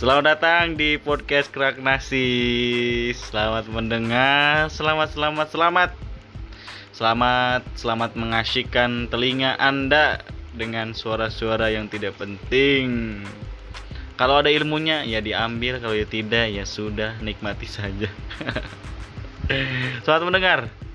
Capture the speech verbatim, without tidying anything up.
Selamat datang di podcast Kerak Nasi. Selamat mendengar, selamat selamat selamat. Selamat selamat mengasyikkan telinga Anda dengan suara-suara yang tidak penting. Kalau ada ilmunya ya diambil, kalau ya tidak ya sudah, nikmati saja. Selamat mendengar.